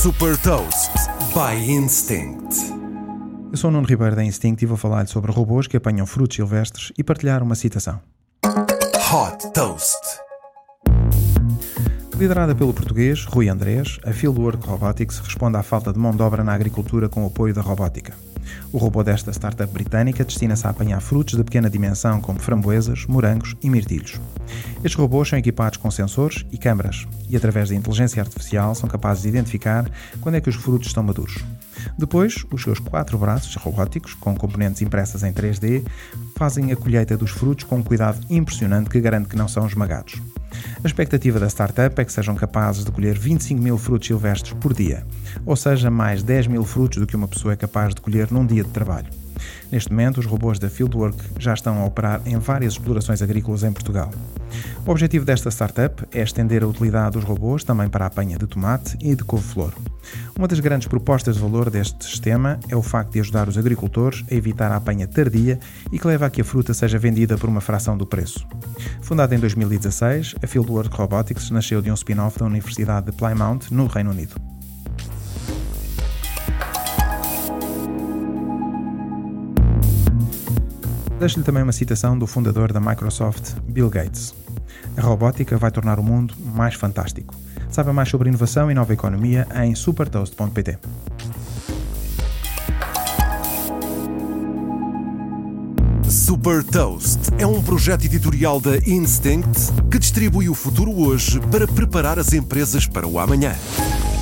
Super Toast by Instinct. Eu sou o Nuno Ribeiro da Instinct e vou falar-lhe sobre robôs que apanham frutos silvestres e partilhar uma citação. Hot Toast. Liderada pelo português Rui Andrés, a Fieldwork Robotics responde à falta de mão de obra na agricultura com o apoio da robótica. O robô desta startup britânica destina-se a apanhar frutos de pequena dimensão como framboesas, morangos e mirtilhos. Estes robôs são equipados com sensores e câmaras e, através da inteligência artificial, são capazes de identificar quando é que os frutos estão maduros. Depois, os seus 4 braços robóticos, com componentes impressas em 3D, fazem a colheita dos frutos com um cuidado impressionante que garante que não são esmagados. A expectativa da startup é que sejam capazes de colher 25 mil frutos silvestres por dia, ou seja, mais 10 mil frutos do que uma pessoa é capaz de colher num dia de trabalho. Neste momento, os robôs da Fieldwork já estão a operar em várias explorações agrícolas em Portugal. O objetivo desta startup é estender a utilidade dos robôs também para a apanha de tomate e de couve-flor. Uma das grandes propostas de valor deste sistema é o facto de ajudar os agricultores a evitar a apanha tardia e que leva a que a fruta seja vendida por uma fração do preço. Fundada em 2016, a Fieldwork Robotics nasceu de um spin-off da Universidade de Plymouth, no Reino Unido. Deixo-lhe também uma citação do fundador da Microsoft, Bill Gates. A robótica vai tornar o mundo mais fantástico. Saiba mais sobre inovação e nova economia em supertoast.pt. Super Toast é um projeto editorial da Instinct que distribui o futuro hoje para preparar as empresas para o amanhã.